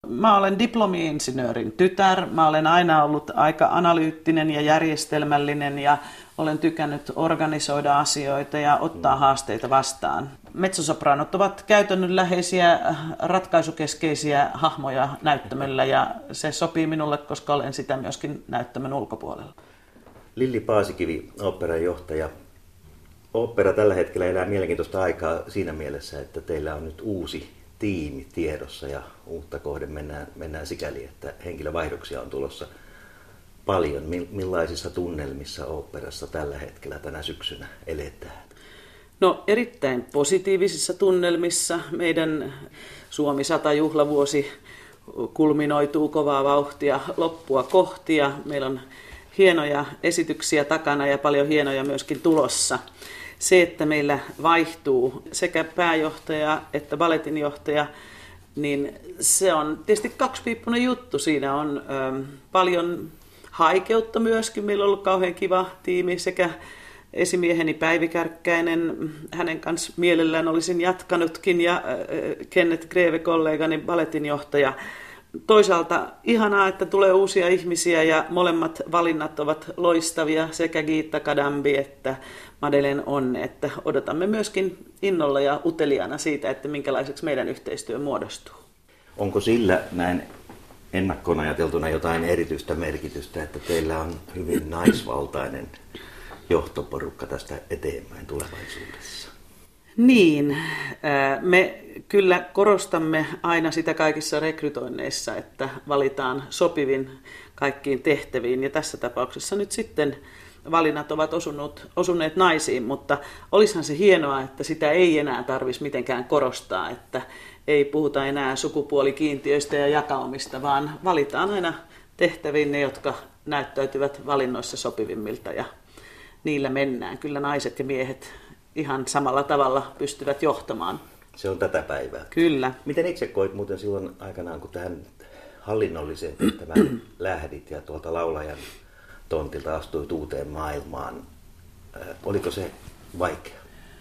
mä olen diplomi-insinöörin tytär. Mä olen aina ollut aika analyyttinen ja järjestelmällinen ja olen tykännyt organisoida asioita ja ottaa haasteita vastaan. Mezzosopranot ovat käytännönläheisiä, ratkaisukeskeisiä hahmoja näyttämöllä ja se sopii minulle, koska olen sitä myöskin näyttämön ulkopuolella. Lilli Paasikivi, oopperan johtaja. Ooppera tällä hetkellä elää mielenkiintoista aikaa siinä mielessä, että teillä on nyt uusi tiimi tiedossa ja uutta kohden mennään sikäli, että henkilövaihdoksia on tulossa paljon. Millaisissa tunnelmissa oopperassa tällä hetkellä tänä syksynä eletään? No erittäin positiivisissa tunnelmissa. Meidän Suomi 100-juhlavuosi kulminoituu kovaa vauhtia loppua kohti ja meillä on hienoja esityksiä takana ja paljon hienoja myöskin tulossa. Se, että meillä vaihtuu sekä pääjohtaja että balletinjohtaja, niin se on tietysti kaksipiippunen juttu. Siinä on paljon haikeutta myöskin. Meillä on ollut kauhean kiva tiimi sekä esimieheni Päivi Kärkkäinen, hänen kanssa mielellään olisin jatkanutkin, ja Kenneth Greve, kollegani balletinjohtaja. Toisaalta ihanaa, että tulee uusia ihmisiä ja molemmat valinnat ovat loistavia, sekä Gitta Kadambi että Madeleine Onne, että odotamme myöskin innolla ja uteliaana siitä, että minkälaiseksi meidän yhteistyö muodostuu. Onko sillä näin ennakkoon ajateltuna jotain erityistä merkitystä, että teillä on hyvin naisvaltainen johtoporukka tästä eteenpäin tulevaisuudessa? Niin, me kyllä korostamme aina sitä kaikissa rekrytoinneissa, että valitaan sopivin kaikkiin tehtäviin, ja tässä tapauksessa nyt sitten valinnat ovat osuneet naisiin, mutta olisihan se hienoa, että sitä ei enää tarvitsisi mitenkään korostaa, että ei puhuta enää sukupuolikiintiöistä ja jakaumista, vaan valitaan aina tehtäviin ne, jotka näyttäytyvät valinnoissa sopivimmilta, ja niillä mennään. Kyllä naiset ja miehet ihan samalla tavalla pystyvät johtamaan. Se on tätä päivää. Kyllä. Miten itse koit muuten silloin aikanaan, kun tähän hallinnolliseen tehtävään lähdit ja tuolta laulajan tontilta astuit uuteen maailmaan? Oliko se vaikea?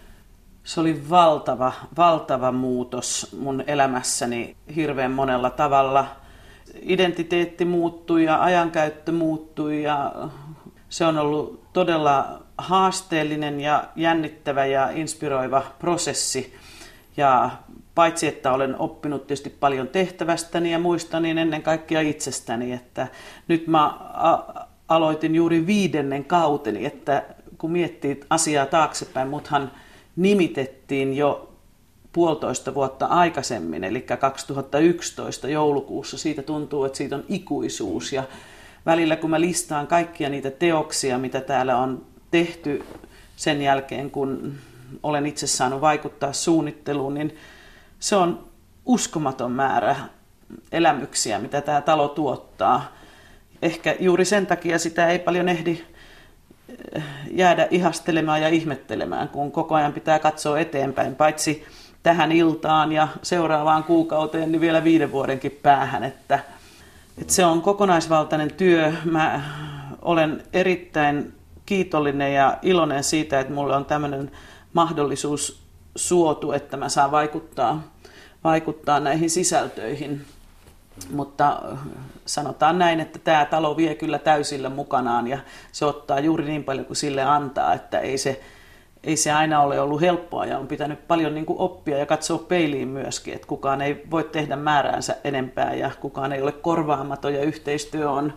Se oli valtava muutos mun elämässäni hirveän monella tavalla. Identiteetti muuttui ja ajankäyttö muuttui ja se on ollut todella haasteellinen ja jännittävä ja inspiroiva prosessi. Ja paitsi, että olen oppinut tietysti paljon tehtävästäni ja muista, niin ennen kaikkea itsestäni. Että nyt mä aloitin juuri 5. kauteni, että kun miettii asiaa taaksepäin, muthan nimitettiin jo 1,5 vuotta aikaisemmin, eli 2011 joulukuussa. Siitä tuntuu, että siitä on ikuisuus. Ja välillä kun mä listaan kaikkia niitä teoksia, mitä täällä on tehty sen jälkeen, kun olen itse saanut vaikuttaa suunnitteluun, niin se on uskomaton määrä elämyksiä, mitä tämä talo tuottaa. Ehkä juuri sen takia sitä ei paljon ehdi jäädä ihastelemaan ja ihmettelemään, kun koko ajan pitää katsoa eteenpäin, paitsi tähän iltaan ja seuraavaan kuukauteen, niin vielä 5 vuodenkin päähän. Että se on kokonaisvaltainen työ. Mä olen erittäin kiitollinen ja iloinen siitä, että mulle on tämmöinen mahdollisuus suotu, että mä saan vaikuttaa näihin sisältöihin. Mutta sanotaan näin, että tämä talo vie kyllä täysillä mukanaan ja se ottaa juuri niin paljon kuin sille antaa, että ei se aina ole ollut helppoa ja on pitänyt paljon niin kuin oppia ja katsoa peiliin myöskin, että kukaan ei voi tehdä määräänsä enempää ja kukaan ei ole korvaamaton ja yhteistyö on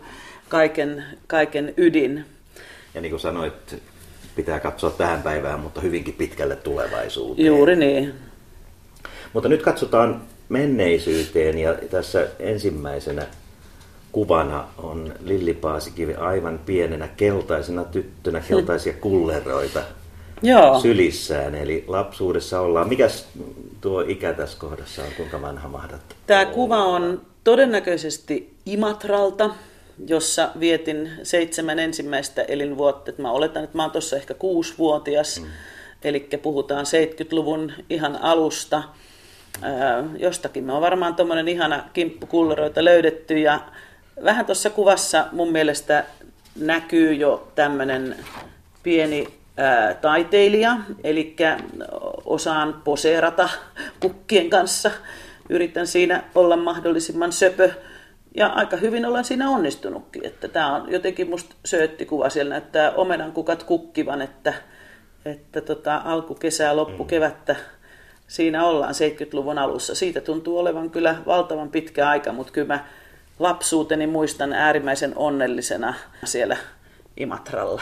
kaiken ydin. Ja niin kuin sanoit, pitää katsoa tähän päivään, mutta hyvinkin pitkälle tulevaisuuteen. Juuri niin. Mutta nyt katsotaan menneisyyteen ja tässä ensimmäisenä kuvana on Lilli Paasikivi aivan pienenä keltaisena tyttönä, keltaisia kulleroita sylissään. Eli lapsuudessa ollaan. Mikäs tuo ikä tässä kohdassa on, kuinka vanha mahdat? Tämä kuva on todennäköisesti Imatralta, jossa vietin 7 ensimmäistä elinvuotta. Mä oletan, että mä oon tuossa ehkä 6-vuotias, eli puhutaan 70-luvun ihan alusta. Jostakin me on varmaan tuommoinen ihana kimppu kulleroita löydetty, ja vähän tuossa kuvassa mun mielestä näkyy jo tämmöinen pieni taiteilija, eli osaan poseerata kukkien kanssa yritän siinä olla mahdollisimman söpö. Ja aika hyvin olen siinä onnistunutkin, että tämä on jotenkin musta sööttikuva, siellä näyttää omenankukat kukkivan, että alkukesää, loppukevättä siinä ollaan 70-luvun alussa. Siitä tuntuu olevan kyllä valtavan pitkä aika, mutta kyllä mä lapsuuteni muistan äärimmäisen onnellisena siellä Imatralla.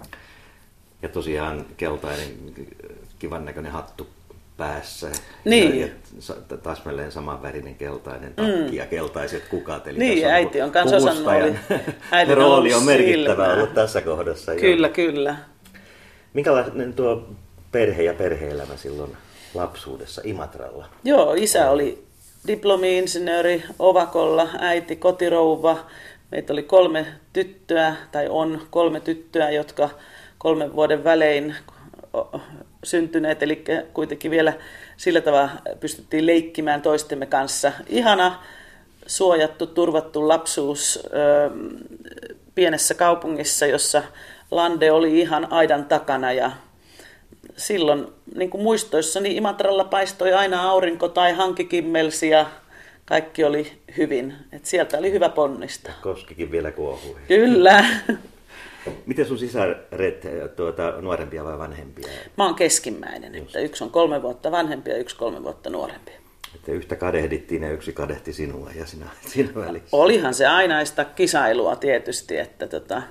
Ja tosiaan keltainen, kivan näköinen hattu päässä. Niin. Ja täsmälleen samanvärinen keltainen takki ja keltaiset kukat. Eli niin, äiti on kanssa osannut. Rooli on merkittävä ollut tässä kohdassa. Kyllä, kyllä. Minkälainen tuo perhe ja perhe-elämä silloin lapsuudessa Imatralla? Joo, isä oli diplomi-insinööri Ovakolla, äiti kotirouva. Meitä oli 3 tyttöä, tai on 3 tyttöä, jotka 3 vuoden välein syntyneet, eli kuitenkin vielä sillä tavalla pystyttiin leikkimään toistemme kanssa. Ihana, suojattu, turvattu lapsuus pienessä kaupungissa, jossa lande oli ihan aidan takana, ja silloin niin kuin muistoissani Imatralla paistoi aina aurinko tai hankikimmelsi ja kaikki oli hyvin. Et sieltä oli hyvä ponnista. Koskikin vielä kuohui. Kyllä. Miten sun sisaret, nuorempia vai vanhempia? Mä oon keskimmäinen, että yksi on 3 vuotta vanhempi ja yksi 3 vuotta nuorempi. Että yhtä kadehdittiin ja yksi kadehti sinua ja siinä välissä. Olihan se ainaista kisailua tietysti, että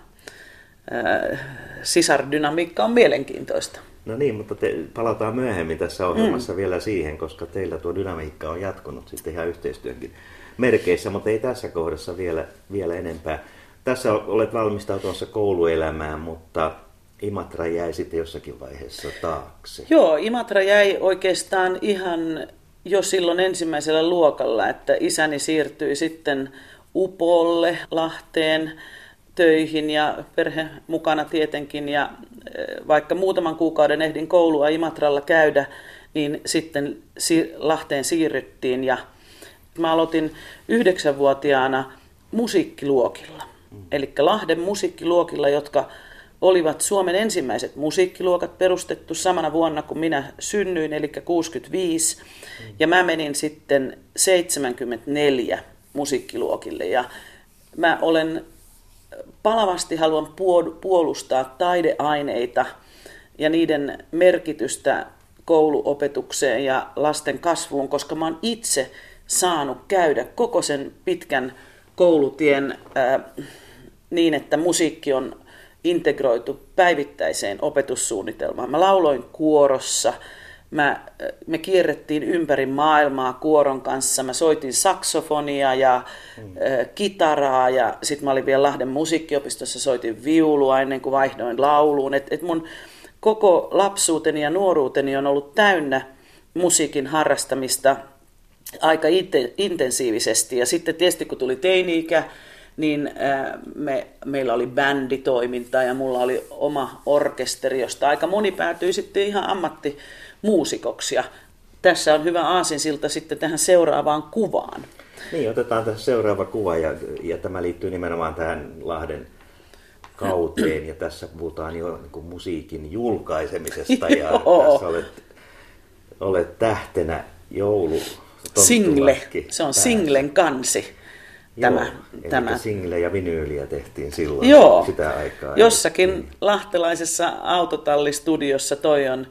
sisardynamiikka on mielenkiintoista. No niin, mutta palataan myöhemmin tässä ohjelmassa vielä siihen, koska teillä tuo dynamiikka on jatkunut sitten ihan yhteistyönkin merkeissä, mutta ei tässä kohdassa vielä enempää. Tässä olet valmistautumassa kouluelämään, mutta Imatra jäi sitten jossakin vaiheessa taakse. Joo, Imatra jäi oikeastaan ihan jo silloin ensimmäisellä luokalla, että isäni siirtyi sitten Upolle, Lahteen töihin ja perhe mukana tietenkin. Ja vaikka muutaman kuukauden ehdin koulua Imatralla käydä, niin sitten Lahteen siirryttiin ja mä aloitin 9-vuotiaana musiikkiluokilla. Eli Lahden musiikkiluokilla, jotka olivat Suomen ensimmäiset musiikkiluokat perustettu samana vuonna, kun minä synnyin, eli 65. Ja mä menin sitten 74 musiikkiluokille. Ja mä palavasti haluan puolustaa taideaineita ja niiden merkitystä kouluopetukseen ja lasten kasvuun, koska mä oon itse saanut käydä koko sen pitkän koulutien niin, että musiikki on integroitu päivittäiseen opetussuunnitelmaan. Mä lauloin kuorossa, me kierrettiin ympäri maailmaa kuoron kanssa, mä soitin saksofonia ja kitaraa ja sitten mä olin vielä Lahden musiikkiopistossa, soitin viulua ennen kuin vaihdoin lauluun. Et mun koko lapsuuteni ja nuoruuteni on ollut täynnä musiikin harrastamista aika intensiivisesti. Ja sitten tietysti kun tuli teini-ikä, niin meillä oli bänditoimintaa ja mulla oli oma orkesteri, josta aika moni päätyi sitten ihan ammattimuusikoksi. Ja tässä on hyvä aasinsilta sitten tähän seuraavaan kuvaan. Niin, otetaan tässä seuraava kuva ja tämä liittyy nimenomaan tähän Lahden kauteen. Ja tässä puhutaan jo niin kuin musiikin julkaisemisesta ja tässä olet tähtenä joulu. Single, se on singlen kansi. Tämä single ja vinyyliä tehtiin silloin sitä aikaa. Jossakin lahtelaisessa autotallistudiossa toi on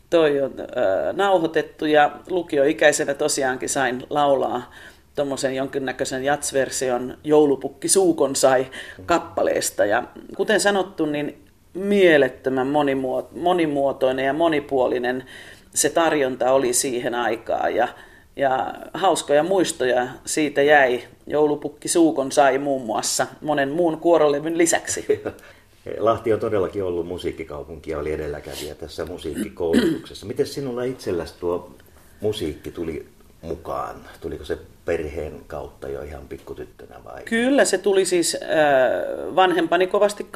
nauhoitettu ja lukioikäisenä tosiaankin sain laulaa tuommoisen jonkinnäköisen jatsversion Joulupukki Suukon sai kappaleesta. Ja kuten sanottu, niin mielettömän monimuotoinen ja monipuolinen se tarjonta oli siihen aikaan. Ja hauskoja muistoja siitä jäi. Joulupukki Suukon sai muun muassa monen muun kuorolevyn lisäksi. Lahti on todellakin ollut musiikkikaupunki ja oli edelläkävijä tässä musiikkikoulutuksessa. Miten sinulla itselläsi tuo musiikki tuli mukaan? Tuliko se perheen kautta jo ihan pikkutyttönä vai? Kyllä se tuli siis, vanhempani kovasti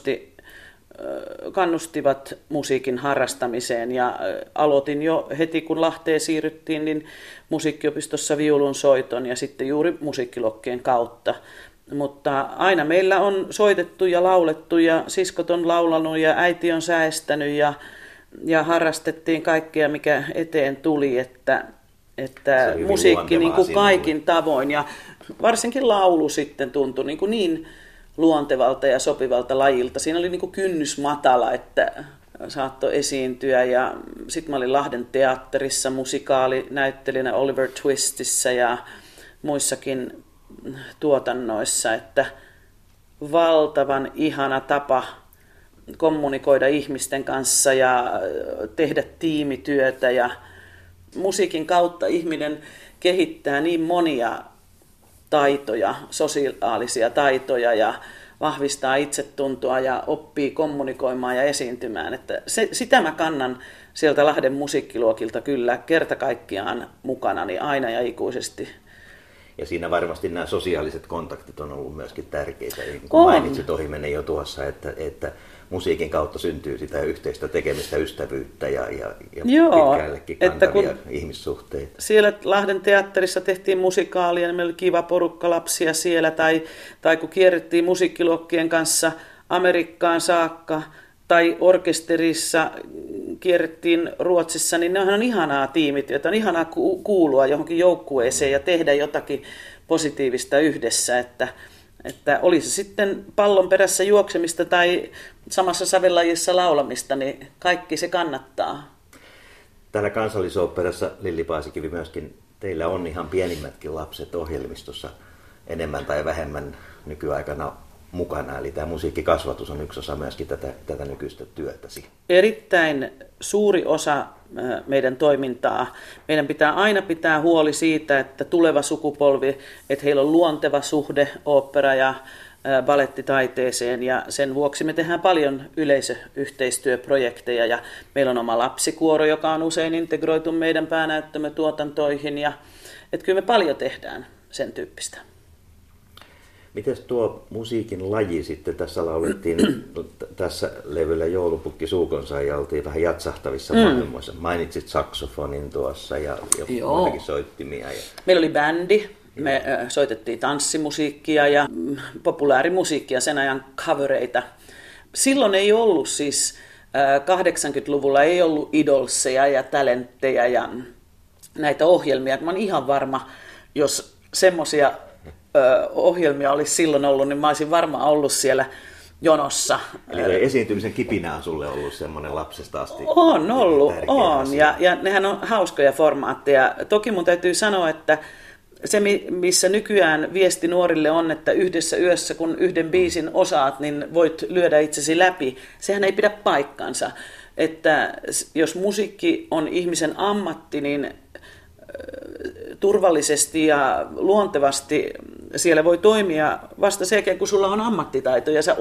kannustivat musiikin harrastamiseen ja aloitin jo heti kun Lahteen siirryttiin, niin musiikkiopistossa viulun soiton ja sitten juuri musiikkiluokkien kautta. Mutta aina meillä on soitettu ja laulettu ja siskot on laulanut ja äiti on säestänyt ja harrastettiin kaikkea mikä eteen tuli, että että musiikki niin kuin kaikin tavoin ja varsinkin laulu sitten tuntui niin luontevalta ja sopivalta lajilta. Siinä oli niin kuin kynnys matala, että saattoi esiintyä ja sitten mä olin Lahden teatterissa musikaalinäyttelijänä Oliver Twistissä ja muissakin tuotannoissa, että valtavan ihana tapa kommunikoida ihmisten kanssa ja tehdä tiimityötä ja musiikin kautta ihminen kehittää niin monia taitoja, sosiaalisia taitoja ja vahvistaa itsetuntoa ja oppii kommunikoimaan ja esiintymään. Että sitä mä kannan sieltä Lahden musiikkiluokilta kyllä kerta kaikkiaan mukanani aina ja ikuisesti. Ja siinä varmasti nämä sosiaaliset kontaktit on ollut myöskin tärkeitä. Kun mainitsit ohimennen jo tuossa, että musiikin kautta syntyy sitä yhteistä tekemistä, ystävyyttä ja pitkällekin kantavia ihmissuhteita. Siellä Lahden teatterissa tehtiin musikaalia, niin meillä oli kiva porukka lapsia siellä, tai kun kierrettiin musiikkiluokkien kanssa Amerikkaan saakka, tai orkesterissa kierrettiin Ruotsissa, niin nehän on ihanaa tiimityötä, on ihanaa kuulua johonkin joukkueeseen ja tehdä jotakin positiivista yhdessä, että oli se sitten pallon perässä juoksemista tai samassa sävellajissa laulamista, niin kaikki se kannattaa. Täällä Kansallisoopperassa, Lilli Paasikivi, myöskin teillä on ihan pienimmätkin lapset ohjelmistossa enemmän tai vähemmän nykyaikana mukana, eli tämä musiikkikasvatus on yksi osa myöskin tätä nykyistä työtäsi. Erittäin suuri osa meidän toimintaa. Meidän pitää aina pitää huoli siitä, että tuleva sukupolvi, että heillä on luonteva suhde ooppera- ja balettitaiteeseen, ja sen vuoksi me tehdään paljon yleisöyhteistyöprojekteja, ja meillä on oma lapsikuoro, joka on usein integroitu meidän päänäyttömme tuotantoihin, ja että kyllä me paljon tehdään sen tyyppistä. Miten tuo musiikin laji sitten, tässä laulettiin tässä levyllä Joulupukki Suukonsa ja oltiin vähän jatsahtavissa maailmoissa. Mainitsit saksofonin tuossa ja muitakin soittimia. Meillä oli bändi, me soitettiin tanssimusiikkia ja populaarimusiikkia, sen ajan covereita. Silloin ei ollut siis 80-luvulla ei ollut idolseja ja talentteja ja näitä ohjelmia. Mä oon ihan varma, jos semmoisia ohjelmia olisi silloin ollut, niin mä olisin varmaan ollut siellä jonossa. Eli esiintymisen kipinä on sulle ollut semmoinen lapsesta asti? On ollut, on. Ja nehän on hauskoja formaatteja. Toki mun täytyy sanoa, että se, missä nykyään viesti nuorille on, että yhdessä yössä, kun yhden biisin osaat, niin voit lyödä itsesi läpi. Sehän ei pidä paikkansa. Että jos musiikki on ihmisen ammatti, niin turvallisesti ja luontevasti siellä voi toimia vasta sen jälkeen, kun sulla on ammattitaito ja sä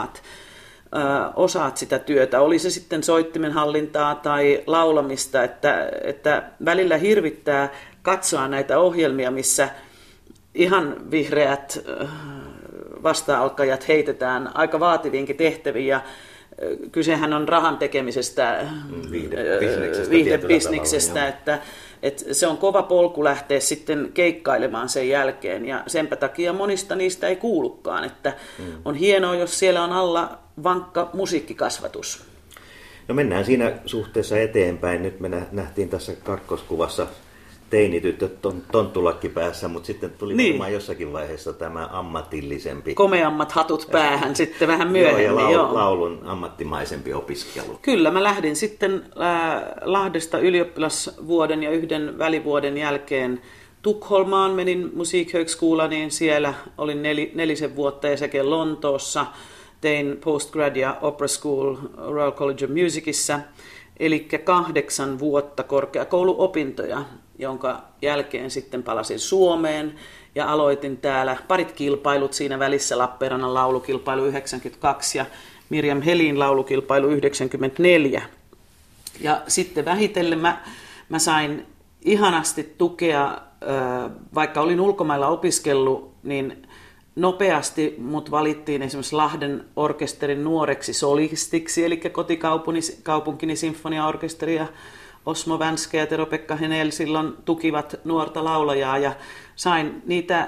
osaat sitä työtä. Oli se sitten soittimen hallintaa tai laulamista, että välillä hirvittää katsoa näitä ohjelmia, missä ihan vihreät vasta-alkajat heitetään aika vaativiinkin tehtäviin ja kysehän on rahan tekemisestä, viihdebisniksestä, että se on kova polku lähteä sitten keikkailemaan sen jälkeen ja senpä takia monista niistä ei kuulukaan, että on hienoa, jos siellä on alla vankka musiikkikasvatus. No mennään siinä suhteessa eteenpäin. Nyt me nähtiin tässä kakkoskuvassa teinityttö tonttulakki päässä, mutta sitten tuli varmaan jossakin vaiheessa tämä ammatillisempi. Komeammat hatut päähän sitten vähän myöhemmin. Ja laulun ammattimaisempi opiskelu. Kyllä, mä lähdin sitten Lahdesta ylioppilasvuoden ja yhden välivuoden jälkeen Tukholmaan, menin musiikhögskolaan, niin siellä olin 4 vuotta ja sekä Lontoossa tein postgrad ja opera school Royal College of Musicissa, eli 8 vuotta korkeakouluopintoja, jonka jälkeen sitten palasin Suomeen ja aloitin täällä parit kilpailut siinä välissä, Lappeenrannan laulukilpailu 92 ja Mirjam Helin laulukilpailu 94. Ja sitten vähitellen mä sain ihanasti tukea, vaikka olin ulkomailla opiskellut, niin nopeasti mut valittiin esimerkiksi Lahden orkesterin nuoreksi solistiksi, eli kotikaupunkini sinfoniaorkesteri ja Osmo Vänskä ja Tero-Pekka Henel silloin tukivat nuorta laulajaa ja sain niitä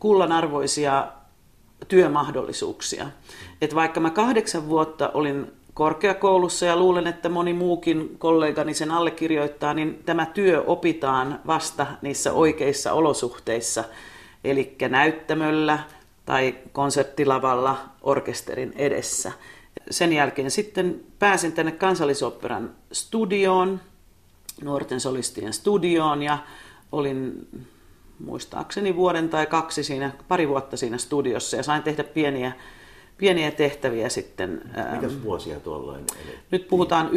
kullanarvoisia työmahdollisuuksia. Et vaikka mä 8 vuotta olin korkeakoulussa ja luulen, että moni muukin kollegani sen allekirjoittaa, niin tämä työ opitaan vasta niissä oikeissa olosuhteissa, eli näyttämöllä tai konserttilavalla orkesterin edessä. Sen jälkeen sitten pääsin tänne Kansallisoopperan studioon, nuorten solistien studioon, ja olin muistaakseni vuoden tai pari vuotta siinä studiossa, ja sain tehdä pieniä tehtäviä sitten. Mitäs vuosia tuolloin? Nyt puhutaan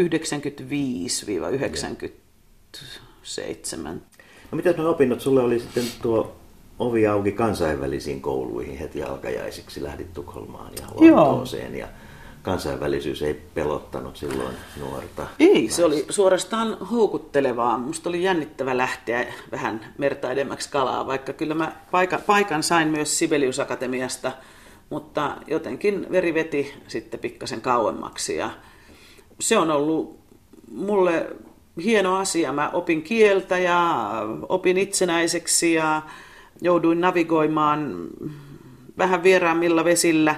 95-97. No mitäs nuo opinnot? Sulle oli sitten tuo ovi auki kansainvälisiin kouluihin heti alkajaisiksi. Lähdit Tukholmaan ja Lontooseen. Ja kansainvälisyys ei pelottanut silloin nuorta. Ei, se oli suorastaan houkuttelevaa. Musta oli jännittävä lähteä vähän merta edemmäksi kalaa, vaikka kyllä mä paikan sain myös Sibelius Akatemiasta, mutta jotenkin veri veti sitten pikkasen kauemmaksi. Ja se on ollut mulle hieno asia. Mä opin kieltä ja opin itsenäiseksi ja jouduin navigoimaan vähän vieraammilla vesillä.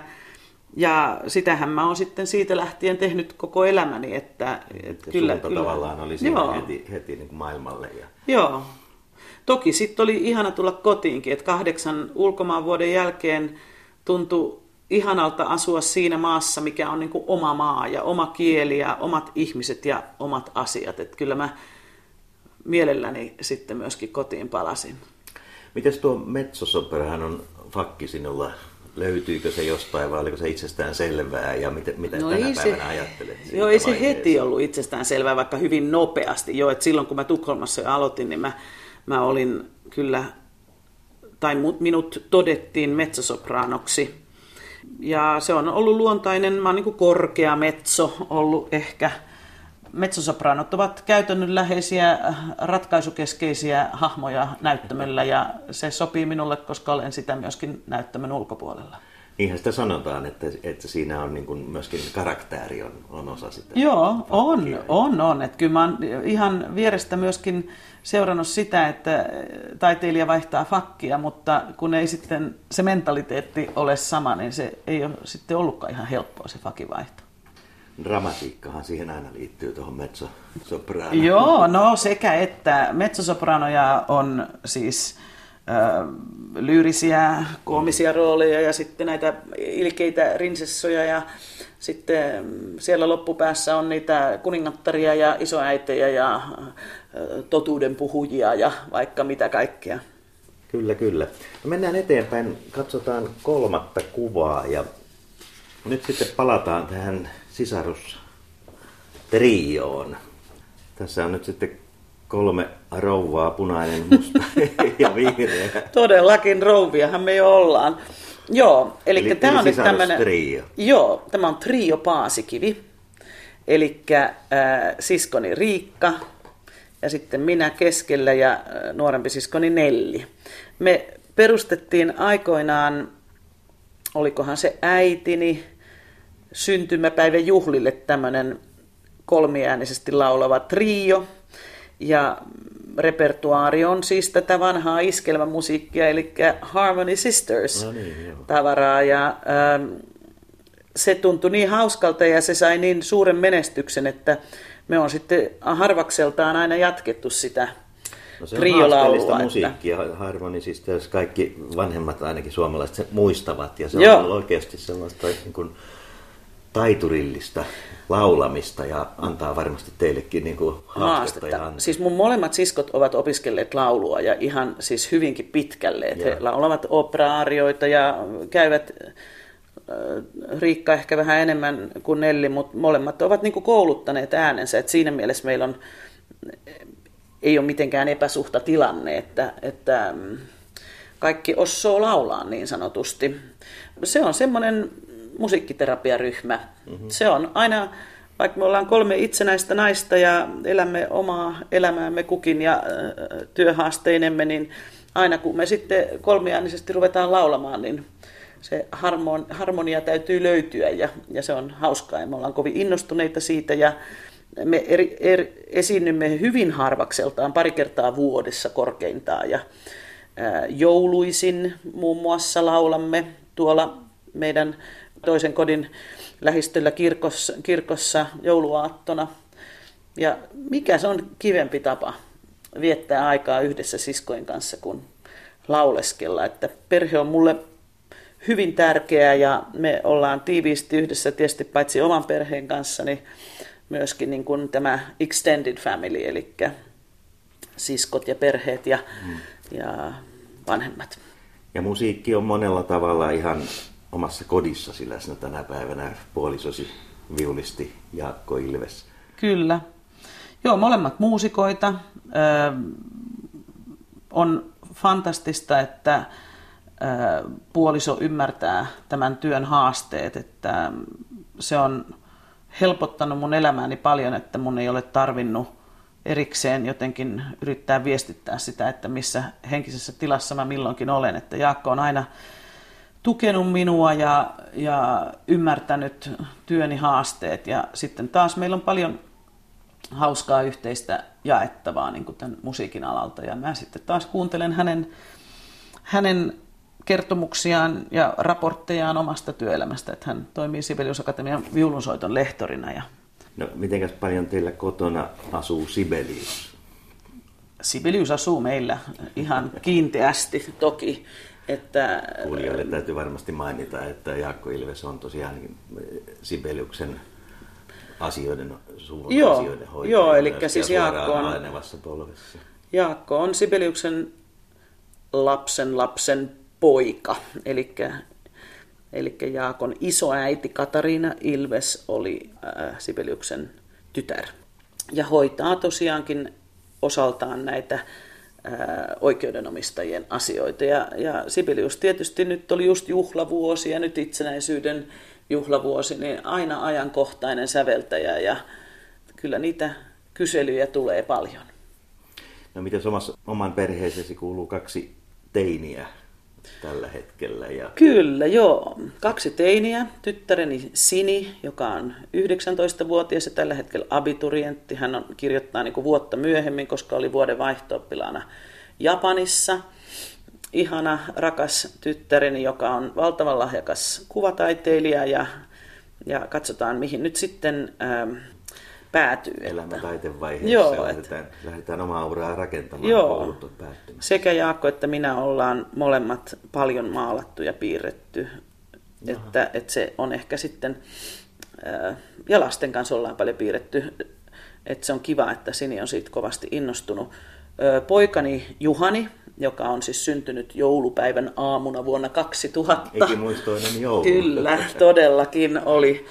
Ja sitähän mä oon sitten siitä lähtien tehnyt koko elämäni. Että kyllä tavallaan oli siinä heti niin kuin maailmalle. Joo. Toki sitten oli ihana tulla kotiinkin, että 8 ulkomaanvuoden jälkeen tuntui ihanalta asua siinä maassa, mikä on niin kuin oma maa ja oma kieli ja omat ihmiset ja omat asiat. Että kyllä mä mielelläni sitten myöskin kotiin palasin. Mites tuo mezzosopperahan on fakki sinulla? Löytyykö se jostain vai oliko se itsestään selvää ja mitä tänä päivänä ajattelet? Joo, ei se heti ollut itsestään selvää, vaikka hyvin nopeasti. Jo, että silloin kun mä Tukholmassa jo aloitin, niin mä olin kyllä, tai minut todettiin mezzosopraanoksi. Ja se on ollut luontainen, mä oon niin kuin korkea mezzo ollut ehkä. Mezzosopraanot ovat käytännönläheisiä, ratkaisukeskeisiä hahmoja näyttämöllä ja se sopii minulle, koska olen sitä myöskin näyttämön ulkopuolella. Niinhän sitä sanotaan, että siinä on niin kuin myöskin karakteri on osa sitä. Joo, on. Että kyllä mä oon ihan vierestä myöskin seurannut sitä, että taiteilija vaihtaa fakkia, mutta kun ei sitten se mentaliteetti ole sama, niin se ei ole sitten ollutkaan ihan helppoa se fakivaihto. Dramatiikkahan siihen aina liittyy tuohon mezzosopraanoon. Joo, no sekä että mezzosopraanoja on siis lyyrisiä, koomisia rooleja ja sitten näitä ilkeitä rinsessoja ja sitten siellä loppupäässä on niitä kuningattaria ja isoäitejä ja totuuden puhujia ja vaikka mitä kaikkea. Kyllä. No mennään eteenpäin, katsotaan 3. kuvaa ja nyt sitten palataan tähän sisarustrioon. Tässä on nyt sitten 3 rouvaa, punainen, musta ja vihreä. Todellakin rouviahan me jo ollaan. Joo, eli tämä on nyt tämmöinen. Joo, tämä on trio Paasikivi. Eli siskoni Riikka ja sitten minä keskellä ja nuorempi siskoni Nelli. Me perustettiin aikoinaan, olikohan se äitini syntymäpäivän juhlille tämmöinen 3-äänisesti laulava trio. Ja repertuaari on siis tätä vanhaa iskelmämusiikkia, eli Harmony Sisters tavaraa. Ja se tuntui niin hauskalta ja se sai niin suuren menestyksen, että me on sitten harvakseltaan aina jatkettu sitä triolaulua. No se on haasteellista musiikkia, Harmony Sisters, kaikki vanhemmat ainakin suomalaiset sen muistavat. Ja se on oikeasti sellaista niin kuin taiturillista laulamista ja antaa varmasti teillekin niin kuin haastetta. Siis mun molemmat siskot ovat opiskelleet laulua ja ihan siis hyvinkin pitkälle. He laulavat opera-arioita ja käyvät, Riikka ehkä vähän enemmän kuin Nelli, mutta molemmat ovat niin kuin kouluttaneet äänensä. Et siinä mielessä meillä ei ole mitenkään epäsuhta tilanne, että kaikki osaa laulaa niin sanotusti. Se on semmoinen musiikkiterapiaryhmä. Mm-hmm. Se on aina, vaikka me ollaan 3 itsenäistä naista ja elämme omaa elämäämme kukin ja työhaasteinemme, niin aina kun me sitten 3-äänisesti ruvetaan laulamaan, niin se harmonia täytyy löytyä ja se on hauskaa ja me ollaan kovin innostuneita siitä ja me esiinnymme hyvin harvakseltaan 2 kertaa vuodessa korkeintaan ja jouluisin muun muassa laulamme tuolla meidän toisen kodin lähistöllä kirkossa jouluaattona. Ja mikä se on kivempi tapa viettää aikaa yhdessä siskojen kanssa kuin lauleskella. Että perhe on mulle hyvin tärkeä ja me ollaan tiiviisti yhdessä tietysti paitsi oman perheen kanssa, niin myöskin niin kuin tämä extended family, eli siskot ja perheet ja vanhemmat. Ja musiikki on monella tavalla ihan omassa kodissasi läsnä tänä päivänä. Puolisosi viulisti Jaakko Ilves. Kyllä. Joo, molemmat muusikoita. On fantastista, että puoliso ymmärtää tämän työn haasteet, että se on helpottanut mun elämääni paljon, että mun ei ole tarvinnut erikseen jotenkin yrittää viestittää sitä, että missä henkisessä tilassa mä milloinkin olen. Että Jaakko on aina tukenut minua ja ymmärtänyt työni haasteet. Ja sitten taas meillä on paljon hauskaa yhteistä jaettavaa niin kuin tämän musiikin alalta. Ja mä sitten taas kuuntelen hänen kertomuksiaan ja raporttejaan omasta työelämästä, että hän toimii Sibelius Akatemian viulunsoiton lehtorina. No, mitenkäs paljon teillä kotona asuu Sibelius? Sibelius asuu meillä ihan kiinteästi toki. Että kuulijoille täytyy varmasti mainita, että Jaakko Ilves on tosiaan Sibeliuksen asioiden hoitaja. Joo, eli siis Jaakko on Sibeliuksen lapsen poika, eli Jaakon isoäiti Katariina Ilves oli Sibeliuksen tytär. Ja hoitaa tosiaankin osaltaan näitä oikeudenomistajien asioita. Ja Sibelius tietysti nyt oli just juhlavuosi ja nyt itsenäisyyden juhlavuosi, niin aina ajankohtainen säveltäjä ja kyllä niitä kyselyjä tulee paljon. No miten oman perheeseesi kuuluu 2 teiniä tällä hetkellä? Kyllä, joo. 2 teiniä. Tyttäreni Sini, joka on 19-vuotias ja tällä hetkellä abiturientti. Hän kirjoittaa niin kuin vuotta myöhemmin, koska oli vuoden vaihto-oppilaana Japanissa. Ihana, rakas tyttäreni, joka on valtavan lahjakas kuvataiteilija ja katsotaan, mihin nyt sitten päätyy. Elämän taitevaiheessa lähdetään omaa uraa rakentamaan. Koulut on päättymässä. Sekä Jaakko että minä ollaan molemmat paljon maalattu ja piirretty. Että se on ehkä sitten, ja lasten kanssa ollaan paljon piirretty. Että se on kiva, että Sini on siitä kovasti innostunut. Poikani Juhani, joka on siis syntynyt joulupäivän aamuna vuonna 2000. Ikimuistoinen joulu. Kyllä, todellakin oli.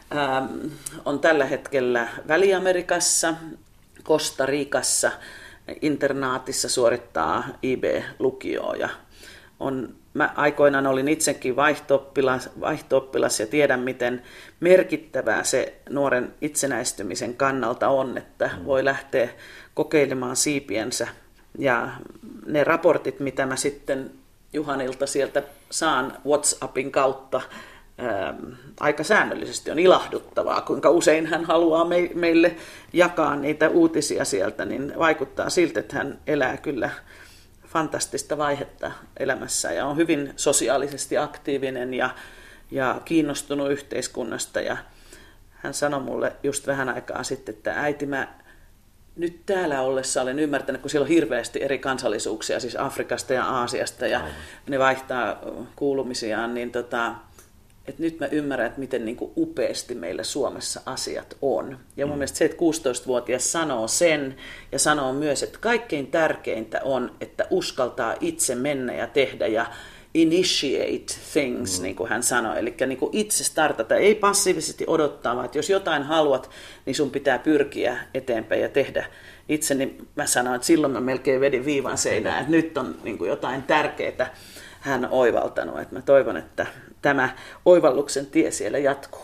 On tällä hetkellä Väli-Amerikassa, Costa Ricassa, internaatissa suorittaa IB-lukioa. Ja mä aikoinaan olin itsekin vaihto-oppilas ja tiedän, miten merkittävää se nuoren itsenäistymisen kannalta on, että voi lähteä kokeilemaan siipiensä. Ja ne raportit, mitä mä sitten Juhanilta sieltä saan WhatsAppin kautta, aika säännöllisesti on ilahduttavaa, kuinka usein hän haluaa meille jakaa niitä uutisia sieltä, niin vaikuttaa siltä, että hän elää kyllä fantastista vaihetta elämässä ja on hyvin sosiaalisesti aktiivinen ja kiinnostunut yhteiskunnasta. Ja hän sanoi mulle just vähän aikaa sitten, että äiti, mä nyt täällä ollessa olen ymmärtänyt, kun siellä on hirveästi eri kansallisuuksia, siis Afrikasta ja Aasiasta ja ne vaihtaa kuulumisiaan, niin että nyt mä ymmärrän, että miten niin kuin upeasti meillä Suomessa asiat on. Ja mun mielestä se, että 16-vuotias sanoo sen ja sanoo myös, että kaikkein tärkeintä on, että uskaltaa itse mennä ja tehdä ja initiate things, niin kuin hän sanoi. Eli niin kuin itse startata, ei passiivisesti odottaa, vaan että jos jotain haluat, niin sun pitää pyrkiä eteenpäin ja tehdä itse. Niin mä sanoin, että silloin mä melkein vedin viivan seinään, että nyt on niin kuin jotain tärkeää hän oivaltanut. Että mä toivon, että tämä oivalluksen tie siellä jatkuu.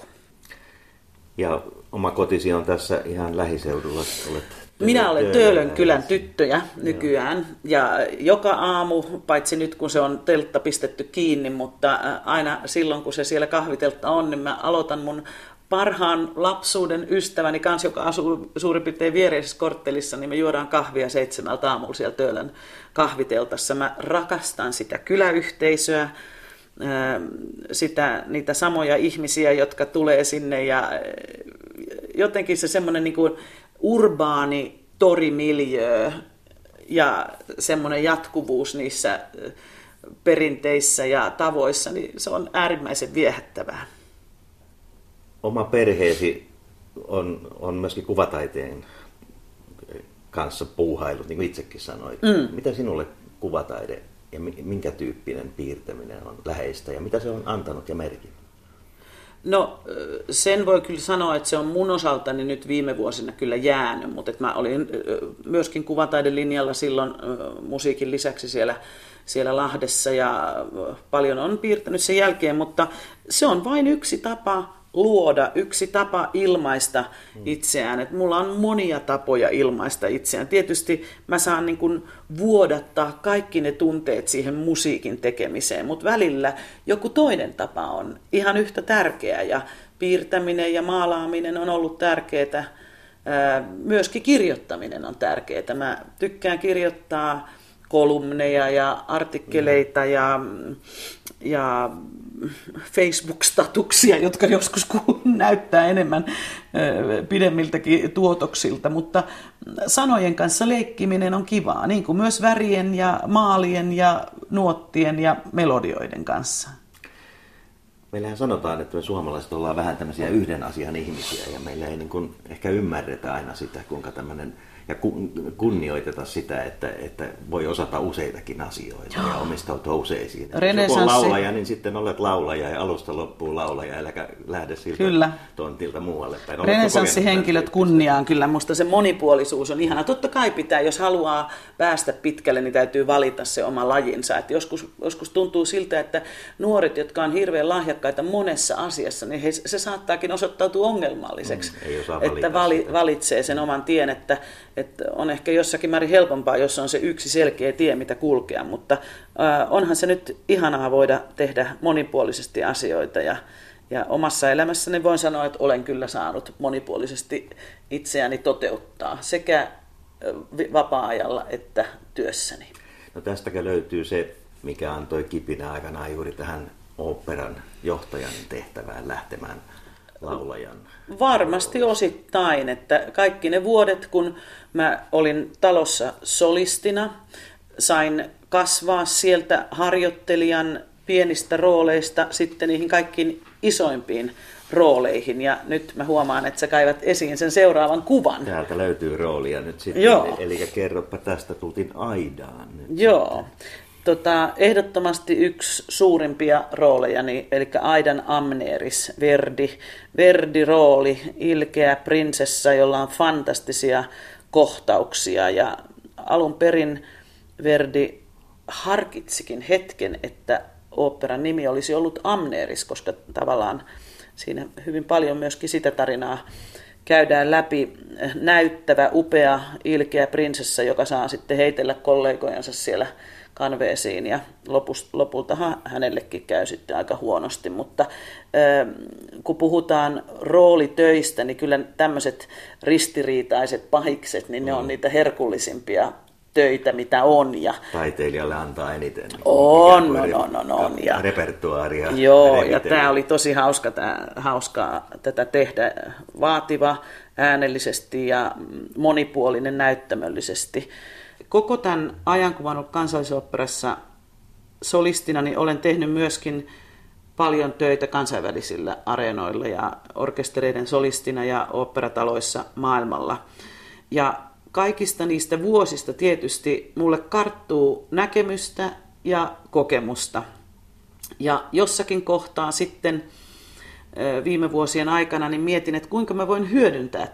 Ja oma kotisi on tässä ihan lähiseudulla. Minä olen Töölön kylän tyttöjä nykyään ja joka aamu, paitsi nyt kun se on teltta pistetty kiinni, mutta aina silloin kun se siellä kahviteltta on, niin mä aloitan mun parhaan lapsuuden ystäväni kanssa, joka asuu suurin piirtein viereisessä korttelissa, niin me juodaan kahvia 7 aamulla siellä Töölön kahviteltassa. Mä rakastan sitä kyläyhteisöä niitä samoja ihmisiä, jotka tulee sinne ja jotenkin se semmoinen niin kuin urbaani torimiljöö ja semmoinen jatkuvuus niissä perinteissä ja tavoissa, niin se on äärimmäisen viehättävää. Oma perheesi on myöskin kuvataiteen kanssa puuhailut, niin kuin itsekin sanoit. Mitä sinulle kuvataide ja minkä tyyppinen piirtäminen on läheistä ja mitä se on antanut ja merkinnyt? No sen voi kyllä sanoa, että se on mun osaltani nyt viime vuosina kyllä jäänyt, mutta että mä olin myöskin kuvataidelinjalla silloin musiikin lisäksi siellä Lahdessa ja paljon on piirtänyt sen jälkeen, mutta se on vain yksi tapa luoda, yksi tapa ilmaista itseään. Et mulla on monia tapoja ilmaista itseään. Tietysti mä saan niin kun vuodattaa kaikki ne tunteet siihen musiikin tekemiseen, mutta välillä joku toinen tapa on ihan yhtä tärkeä ja piirtäminen ja maalaaminen on ollut tärkeää. Myöskin kirjoittaminen on tärkeää. Mä tykkään kirjoittaa kolumneja ja artikkeleita ja Facebook-statuksia, jotka joskus näyttää enemmän pidemmiltäkin tuotoksilta, mutta sanojen kanssa leikkiminen on kivaa, niin kuin myös värien ja maalien ja nuottien ja melodioiden kanssa. Meillähän sanotaan, että me suomalaiset ollaan vähän tämmöisiä yhden asian ihmisiä ja meillä ei niin kuin ehkä ymmärretä aina sitä, kuinka tämmöinen ja kunnioiteta sitä, että voi osata useitakin asioita ja omistautua useisiin. Jos on laulaja, niin sitten olet laulaja ja alusta loppuun laulaja, äläkä lähde siltä tontilta muualle päin. Renessanssihenkilöt kunniaan kyllä, musta se monipuolisuus on ihana. Totta kai pitää, jos haluaa päästä pitkälle, niin täytyy valita se oma lajinsa. Et joskus tuntuu siltä, että nuoret, jotka on hirveän lahjakkaita monessa asiassa, niin se saattaakin osoittautua ongelmalliseksi, että valitsee sen oman tien, että on ehkä jossakin määrin helpompaa, jos on se yksi selkeä tie, mitä kulkea, mutta onhan se nyt ihanaa voida tehdä monipuolisesti asioita ja omassa elämässäni voin sanoa, että olen kyllä saanut monipuolisesti itseäni toteuttaa sekä vapaa-ajalla että työssäni. No tästäkö löytyy se, mikä antoi kipinä aikanaan juuri tähän oopperan johtajan tehtävään lähtemään laulajan? Varmasti osittain, että kaikki ne vuodet, kun mä olin talossa solistina, sain kasvaa sieltä harjoittelijan pienistä rooleista sitten niihin kaikkiin isoimpiin rooleihin. Ja nyt mä huomaan, että sä kaivat esiin sen seuraavan kuvan. Täältä löytyy roolia nyt sitten, eli kerropa tästä, tultiin Aidaan. Nyt joo. Ehdottomasti yksi suurimpia roolejani, eli Aidan Amneris, Verdi-rooli, ilkeä prinsessa, jolla on fantastisia kohtauksia. Ja alun perin Verdi harkitsikin hetken, että oopperan nimi olisi ollut Amneris, koska tavallaan siinä hyvin paljon myöskin sitä tarinaa käydään läpi. Näyttävä, upea, ilkeä prinsessa, joka saa sitten heitellä kollegojansa siellä kanveesiin ja lopulta hänellekin käy sitten aika huonosti, mutta kun puhutaan roolitöistä, niin kyllä tämmöiset ristiriitaiset pahikset, niin ne on niitä herkullisimpia töitä, mitä on. Ja taiteilijalle antaa eniten. On. Ja repertuaaria. Joo, ja tämä oli tosi hauskaa tätä tehdä, vaativa äänellisesti ja monipuolinen näyttämöllisesti. Koko tämän ajan, kun olen ollut Kansallisoopperassa solistina, niin olen tehnyt myöskin paljon töitä kansainvälisillä areenoilla ja orkestereiden solistina ja oopperataloissa maailmalla. Ja kaikista niistä vuosista tietysti mulle karttuu näkemystä ja kokemusta. Ja jossakin kohtaa sitten viime vuosien aikana niin mietin, että kuinka mä voin hyödyntää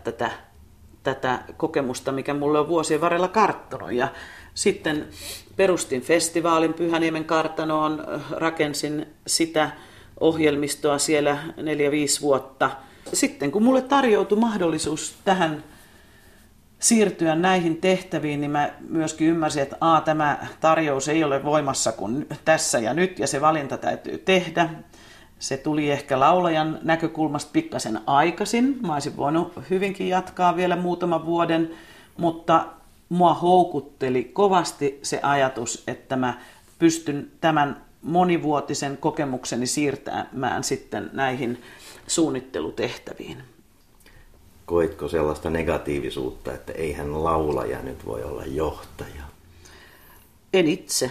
tätä kokemusta, mikä mulle on vuosien varrella karttunut. Ja sitten perustin festivaalin Pyhäniemen kartanoon, rakensin sitä ohjelmistoa siellä 4-5 vuotta. Sitten kun mulle tarjoutui mahdollisuus tähän siirtyä näihin tehtäviin, niin mä myöskin ymmärsin, että tämä tarjous ei ole voimassa kuin tässä ja nyt, ja se valinta täytyy tehdä. Se tuli ehkä laulajan näkökulmasta pikkasen aikaisin. Mä olisin voinut hyvinkin jatkaa vielä muutaman vuoden, mutta mua houkutteli kovasti se ajatus, että mä pystyn tämän monivuotisen kokemukseni siirtämään sitten näihin suunnittelutehtäviin. Koitko sellaista negatiivisuutta, että eihän laulaja nyt voi olla johtaja? En itse.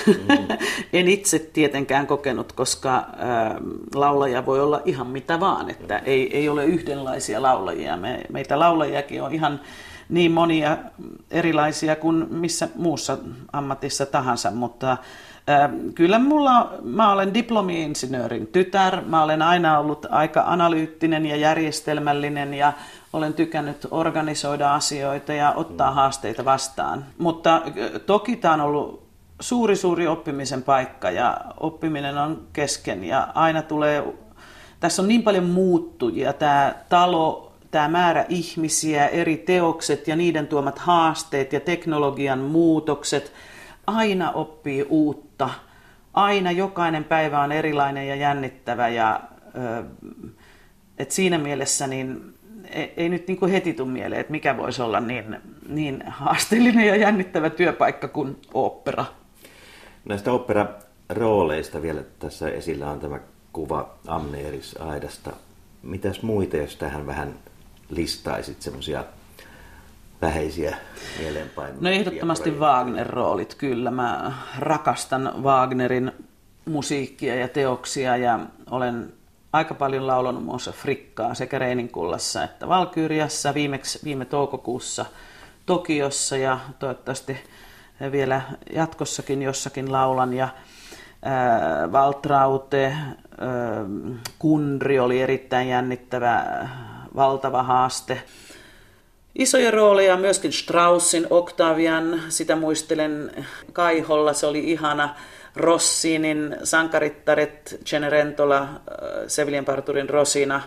En itse tietenkään kokenut, koska laulaja voi olla ihan mitä vaan, että ei ole yhdenlaisia laulajia. Meitä laulajiakin on ihan niin monia erilaisia kuin missä muussa ammatissa tahansa, mutta kyllä mä olen diplomi-insinöörin tytär, mä olen aina ollut aika analyyttinen ja järjestelmällinen ja olen tykännyt organisoida asioita ja ottaa haasteita vastaan. Mutta toki tämä on ollut suuri oppimisen paikka ja oppiminen on kesken ja aina tässä on niin paljon muuttujia, tämä talo, tämä määrä ihmisiä, eri teokset ja niiden tuomat haasteet ja teknologian muutokset, aina oppii uutta. Aina jokainen päivä on erilainen ja jännittävä ja et siinä mielessä niin ei nyt niin kuin heti tule mieleen, että mikä voisi olla niin haasteellinen ja jännittävä työpaikka kuin ooppera. Näistä ooppera-rooleista vielä tässä esillä on tämä kuva Amneris-aidasta. Mitäs muita, jos tähän vähän listaisit semmoisia vähäisiä mieleenpainuvia? No ehdottomasti Wagner-roolit, kyllä. Mä rakastan Wagnerin musiikkia ja teoksia ja olen aika paljon laulanut muun muassa Frikkaa sekä Reininkullassa että Valkyriassa, viime toukokuussa Tokiossa ja toivottavasti vielä jatkossakin jossakin laulan. Ja Waltraute, Kundry oli erittäin jännittävä, valtava haaste. Isoja rooleja myöskin Straussin Octavian, sitä muistelen Kaiholla, se oli ihana. Rossinin Sankarittaret, Cenerentola, Sevillien parturin Rosina.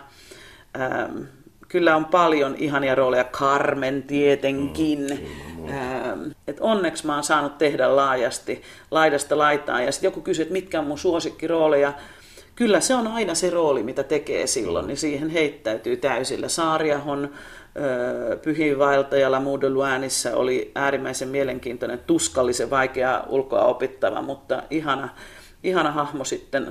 Kyllä on paljon ihania rooleja, Carmen tietenkin. Et onneksi mä oon saanut tehdä laajasti, laidasta laitaan. Ja sitten joku kysyy, että mitkä on mun suosikkirooleja. Kyllä se on aina se rooli, mitä tekee silloin, niin siihen heittäytyy täysillä. Saariahon Pyhiinvaeltajalla L'amour de Louanissa oli äärimmäisen mielenkiintoinen, tuskallisen vaikea ulkoa opittava, mutta ihana hahmo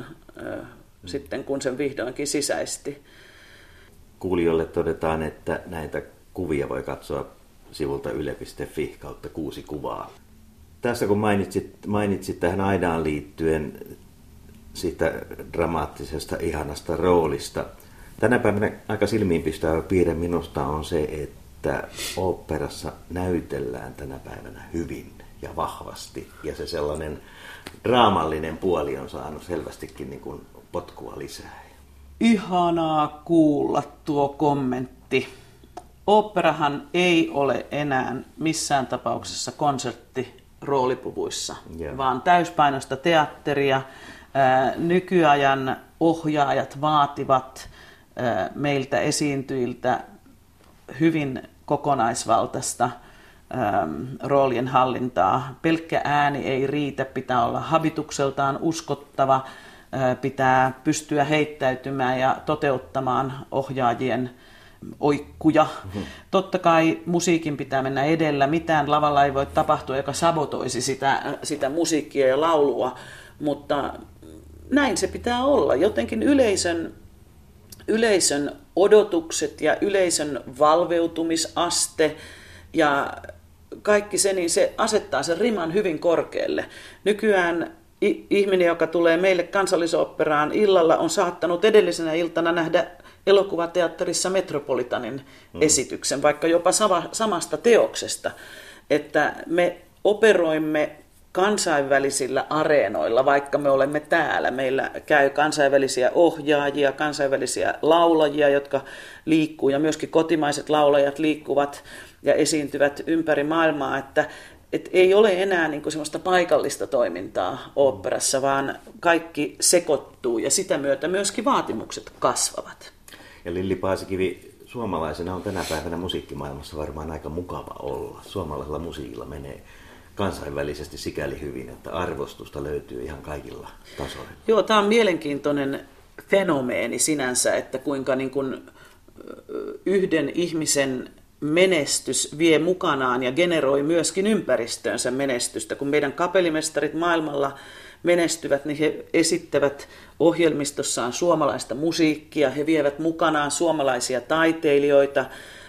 sitten, kun sen vihdoinkin sisäisti. Kuulijoille todetaan, että näitä kuvia voi katsoa sivulta yle.fi kautta 6 kuvaa. Tässä kun mainitsit tähän aidaan liittyen siitä dramaattisesta, ihanasta roolista. Tänä päivänä aika silmiinpistävä piirre minusta on se, että oopperassa näytellään tänä päivänä hyvin ja vahvasti. Ja se sellainen draamallinen puoli on saanut selvästikin niin kuin potkua lisää. Ihanaa kuulla tuo kommentti. Oopperahan ei ole enää missään tapauksessa konsertti roolipuvuissa, vaan täyspainoista teatteria. Nykyajan ohjaajat vaativat meiltä esiintyjiltä hyvin kokonaisvaltaista roolien hallintaa. Pelkkä ääni ei riitä, pitää olla habitukseltaan uskottava, pitää pystyä heittäytymään ja toteuttamaan ohjaajien oikkuja. Totta kai musiikin pitää mennä edellä, mitään lavalla ei voi tapahtua, joka sabotoisi sitä musiikkia ja laulua, mutta näin se pitää olla. Jotenkin yleisön odotukset ja yleisön valveutumisaste ja kaikki se, niin se asettaa sen riman hyvin korkealle. Nykyään ihminen, joka tulee meille Kansallisoopperaan illalla, on saattanut edellisenä iltana nähdä elokuvateatterissa Metropolitanin esityksen, vaikka jopa samasta teoksesta, että me operoimme kansainvälisillä areenoilla, vaikka me olemme täällä. Meillä käy kansainvälisiä ohjaajia, kansainvälisiä laulajia, jotka liikkuu, ja myöskin kotimaiset laulajat liikkuvat ja esiintyvät ympäri maailmaa, että ei ole enää niin kuin semmoista paikallista toimintaa oopperassa, vaan kaikki sekoittuu ja sitä myötä myöskin vaatimukset kasvavat. Ja Lilli Paasikivi, suomalaisena on tänä päivänä musiikkimaailmassa varmaan aika mukava olla. Suomalaisella musiikilla menee kansainvälisesti sikäli hyvin, että arvostusta löytyy ihan kaikilla tasoilla. Joo, tämä on mielenkiintoinen fenomeeni sinänsä, että kuinka niin kuin yhden ihmisen menestys vie mukanaan ja generoi myöskin ympäristöönsä menestystä. Kun meidän kapellimestarit maailmalla menestyvät, niin he esittävät ohjelmistossaan suomalaista musiikkia, he vievät mukanaan suomalaisia taiteilijoita,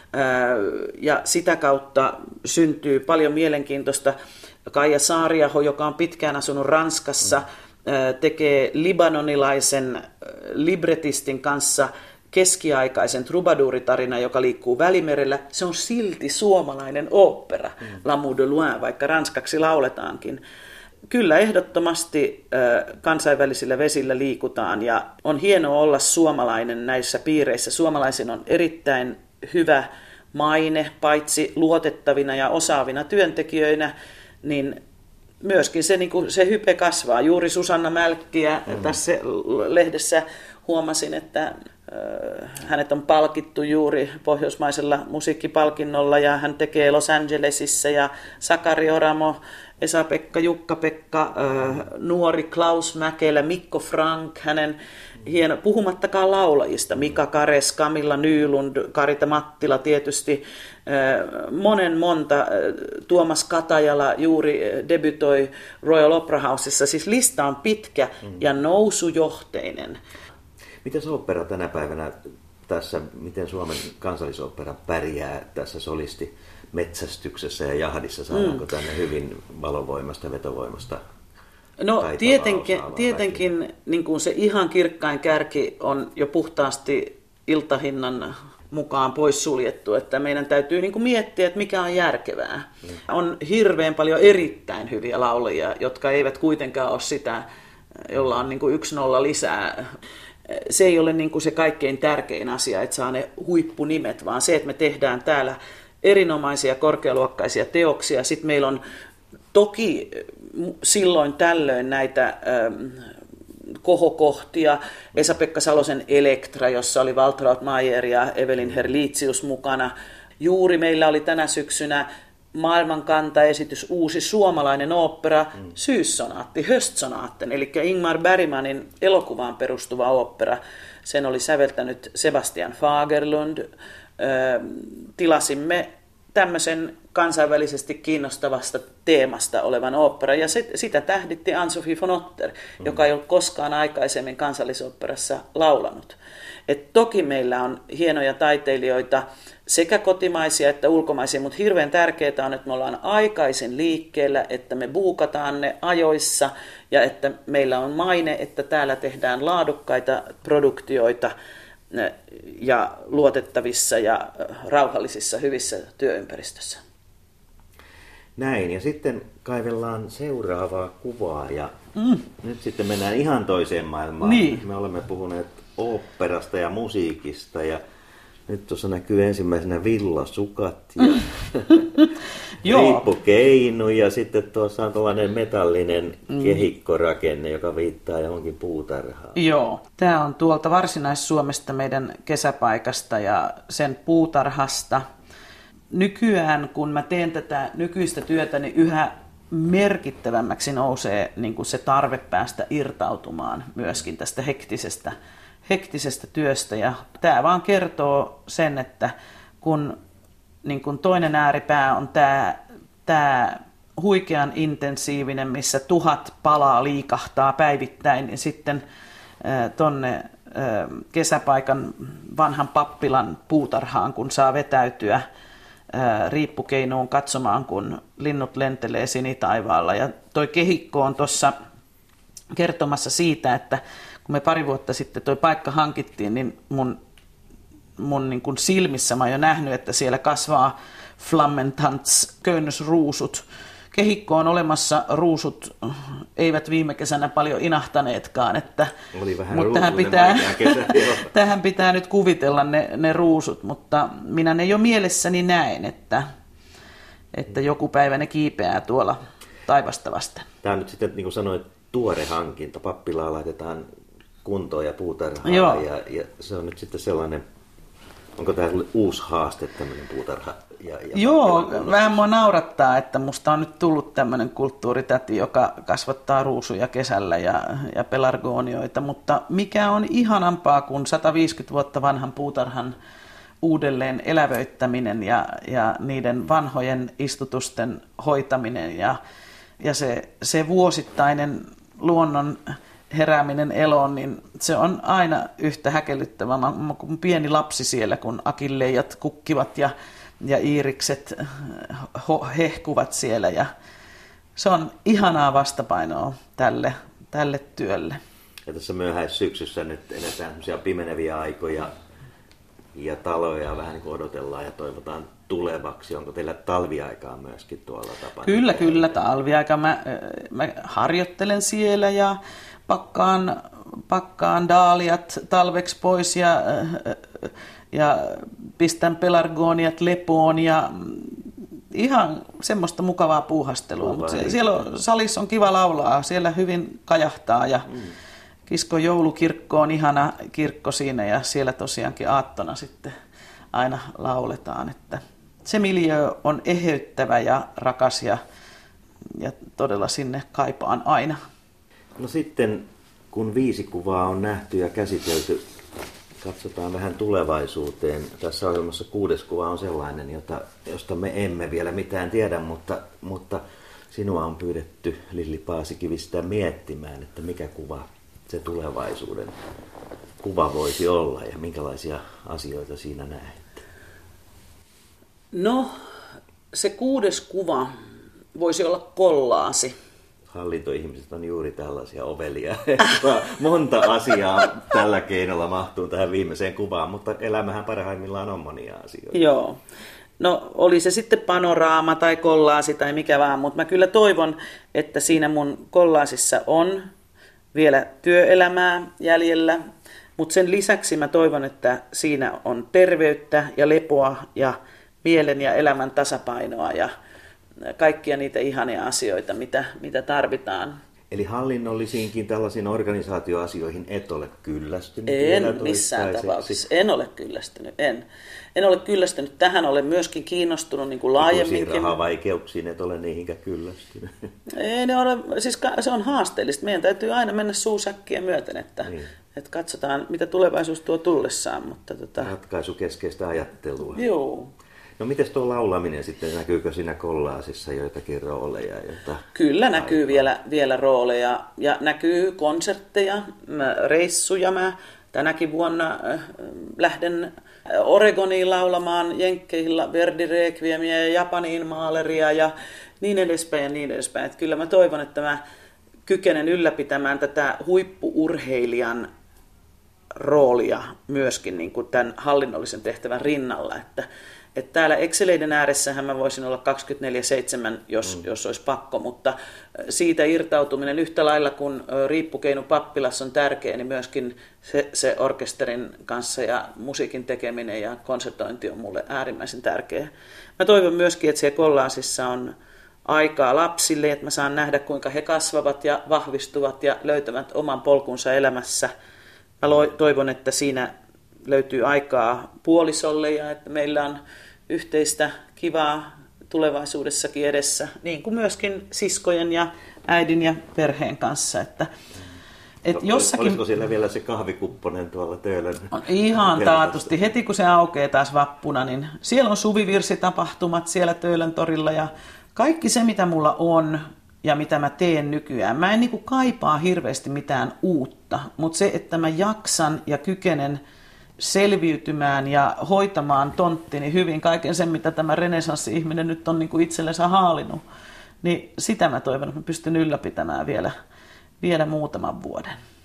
ja sitä kautta syntyy paljon mielenkiintoista. Kaija Saariaho, joka on pitkään asunut Ranskassa, tekee libanonilaisen libretistin kanssa keskiaikaisen trubaduuritarina, joka liikkuu Välimerellä. Se on silti suomalainen ooppera, L'amour de loin, vaikka ranskaksi lauletaankin. Kyllä ehdottomasti kansainvälisillä vesillä liikutaan ja on hienoa olla suomalainen näissä piireissä. Suomalaisen on erittäin hyvä maine, paitsi luotettavina ja osaavina työntekijöinä, niin myöskin se hype kasvaa. Juuri Susanna Mälkkiä tässä lehdessä huomasin, että hänet on palkittu juuri pohjoismaisella musiikkipalkinnolla ja hän tekee Los Angelesissa ja Sakari Oramo, Esa-Pekka, Jukka-Pekka, nuori Klaus Mäkelä, Mikko Frank, hänen hieno, puhumattakaan laulajista, Mika Kares, Camilla Nylund, Karita Mattila tietysti, monta, Tuomas Katajala juuri debytoi Royal Opera Houseissa, siis lista on pitkä ja nousujohteinen. Miten opera tänä päivänä tässä, miten Suomen kansallisopera pärjää tässä solisti metsästyksessä ja jahdissa? Saadaanko tänne hyvin valovoimasta, vetovoimasta? No tietenkin niin kuin se ihan kirkkain kärki on jo puhtaasti iltahinnan mukaan poissuljettu, että meidän täytyy niin kuin miettiä, että mikä on järkevää. On hirveän paljon erittäin hyviä laulajia, jotka eivät kuitenkaan ole sitä, jolla on niin kuin 1-0 lisää. Se ei ole niin kuin se kaikkein tärkein asia, että saa ne huippunimet, vaan se, että me tehdään täällä erinomaisia korkealuokkaisia teoksia. Sitten meillä on toki silloin tällöin näitä kohokohtia. Esa-Pekka Salosen Elektra, jossa oli Waltraud Maier ja Evelin Herlitzius mukana. Juuri meillä oli tänä syksynä maailmankantaesitys, uusi suomalainen ooppera, Syyssonaatti, Höstsonaatten, eli Ingmar Bergmanin elokuvaan perustuva ooppera. Sen oli säveltänyt Sebastian Fagerlund. Tilasimme tämmöisen kansainvälisesti kiinnostavasta teemasta olevan ooppera, ja sitä tähditti Ann-Sofi von Otter, joka ei ollut koskaan aikaisemmin kansallisoopperassa laulanut. Et toki meillä on hienoja taiteilijoita, sekä kotimaisia että ulkomaisia, mutta hirveän tärkeää on, että me ollaan aikaisin liikkeellä, että me buukataan ne ajoissa ja että meillä on maine, että täällä tehdään laadukkaita produktioita ja luotettavissa ja rauhallisissa hyvissä työympäristössä. Näin, ja sitten kaivellaan seuraavaa kuvaa ja nyt sitten mennään ihan toiseen maailmaan. Niin. Me olemme puhuneet oopperasta ja musiikista ja nyt tuossa näkyy ensimmäisenä villasukat ja riippukeinu ja sitten tuossa on tällainen metallinen kehikkorakenne, joka viittaa johonkin puutarhaan. Joo, tämä on tuolta Varsinais-Suomesta meidän kesäpaikasta ja sen puutarhasta. Nykyään, kun mä teen tätä nykyistä työtä, niin yhä merkittävämmäksi nousee niin kuin se tarve päästä irtautumaan myöskin tästä hektisestä työstä. Ja tämä vaan kertoo sen, että kun niin kun toinen ääripää on tämä huikean intensiivinen, missä 1000 palaa liikahtaa päivittäin, niin sitten tonne kesäpaikan vanhan pappilan puutarhaan, kun saa vetäytyä riippukeinuun katsomaan, kun linnut lentelee sinitaivaalla. Ja toi kehikko on tuossa kertomassa siitä, että kun me 2 vuotta sitten toi paikka hankittiin, niin mun niin kuin silmissä mä oon jo nähnyt, että siellä kasvaa flammentants, köynnösruusut. Kehikko on olemassa, ruusut eivät viime kesänä paljon inahtaneetkaan, mutta tähän pitää nyt kuvitella ne ruusut, mutta minä ne jo mielessäni näen, että joku päivä ne kiipeää tuolla taivasta vasten. Tämä on nyt sitten, niin kuin sanoit, tuore hankinta. Pappilaa laitetaan kuntoon ja puutarhaa ja se on nyt sitten sellainen, onko tämä uusi haaste tämmöinen puutarha? Joo, vähän mua naurattaa, että musta on nyt tullut tämmöinen kulttuuritäti, joka kasvattaa ruusuja kesällä ja pelargonioita, mutta mikä on ihanampaa kuin 150 vuotta vanhan puutarhan uudelleen elävöittäminen ja niiden vanhojen istutusten hoitaminen ja se vuosittainen luonnon herääminen eloon, niin se on aina yhtä häkellyttävää kuin pieni lapsi siellä, kun akilleijat kukkivat ja iirikset hehkuvat siellä. Ja se on ihanaa vastapainoa tälle työlle. Ja tässä myöhäissyksyssä nyt eletään sellaisia pimeneviä aikoja ja taloja vähän niin kuin odotellaan ja toivotaan tulevaksi. Onko teillä talviaikaa myöskin tuolla tapana? Kyllä, talviaika. Mä harjoittelen siellä ja pakkaan daaliat talveksi pois ja pistän pelargoniat lepoon ja ihan semmoista mukavaa puuhastelua. Mutta siellä salissa on kiva laulaa, siellä hyvin kajahtaa ja Kiskon joulukirkko on ihana kirkko siinä ja siellä tosiaankin aattona sitten aina lauletaan. Että se miljöö on eheyttävä ja rakas ja todella sinne kaipaan aina. No sitten kun 5 kuvaa on nähty ja käsitelty, katsotaan vähän tulevaisuuteen. Tässä ohjelmassa 6. kuva on sellainen, josta me emme vielä mitään tiedä, mutta sinua on pyydetty, Lilli Paasikivi, sitä miettimään, että mikä kuva se tulevaisuuden kuva voisi olla ja minkälaisia asioita siinä näet? No, se 6. kuva voisi olla kollaasi. Hallintoihmiset on juuri tällaisia ovelia. Monta asiaa tällä keinolla mahtuu tähän viimeiseen kuvaan, mutta elämähän parhaimmillaan on monia asioita. Joo. No oli se sitten panoraama tai kollaasi tai mikä vaan, mutta mä kyllä toivon, että siinä mun kollaasissa on vielä työelämää jäljellä, mutta sen lisäksi mä toivon, että siinä on terveyttä ja lepoa ja mielen ja elämän tasapainoa ja kaikkia niitä ihania asioita, mitä tarvitaan. Eli hallinnollisiinkin tällaisiin organisaatioasioihin et ole kyllästynyt? En missään tapauksessa. En ole kyllästynyt. En ole kyllästynyt. Tähän olen myöskin kiinnostunut niin kuin laajemminkin. Rahavaikeuksiin et ole niihinkä kyllästynyt? Ei ne ole, siis se on haasteellista. Meidän täytyy aina mennä suusäkkiä myöten, että katsotaan mitä tulevaisuus tuo tullessaan. Mutta ratkaisukeskeistä ajattelua. Joo. No mites tuo laulaminen sitten, näkyykö siinä kollaasissa joitakin rooleja? Kyllä näkyy vielä rooleja ja näkyy konsertteja, reissuja. Mä tänäkin vuonna lähden Oregoniin laulamaan Jenkkeihin Verdi Requiemia ja Japaniin Mahleria ja niin edespäin ja niin edespäin. Että kyllä mä toivon, että mä kykenen ylläpitämään tätä huippu-urheilijan roolia myöskin niin kuin tämän hallinnollisen tehtävän rinnalla, että täällä Exceleiden ääressähän mä voisin olla 24/7, jos olisi pakko, mutta siitä irtautuminen yhtä lailla kuin Riippukeinu Pappilas on tärkeä, niin myöskin se orkesterin kanssa ja musiikin tekeminen ja konsertointi on mulle äärimmäisen tärkeä. Mä toivon myöskin, että siellä kollaasissa on aikaa lapsille, että mä saan nähdä, kuinka he kasvavat ja vahvistuvat ja löytävät oman polkunsa elämässä. Mä toivon, että siinä löytyy aikaa puolisolle ja että meillä on yhteistä kivaa tulevaisuudessakin edessä, niin kuin myöskin siskojen ja äidin ja perheen kanssa. Olisiko siellä vielä se kahvikupponen tuolla Töölön? Ihan taatusti. Heti kun se aukeaa taas vappuna, niin siellä on suvivirsitapahtumat siellä Töölön torilla ja kaikki se, mitä mulla on ja mitä mä teen nykyään. Mä en kaipaa hirveästi mitään uutta, mutta se, että mä jaksan ja kykenen selviytymään ja hoitamaan tonttini hyvin, kaiken sen, mitä tämä renessanssi-ihminen nyt on itsellensä haalinut, niin sitä mä toivon, että mä pystyn ylläpitämään vielä muutaman vuoden.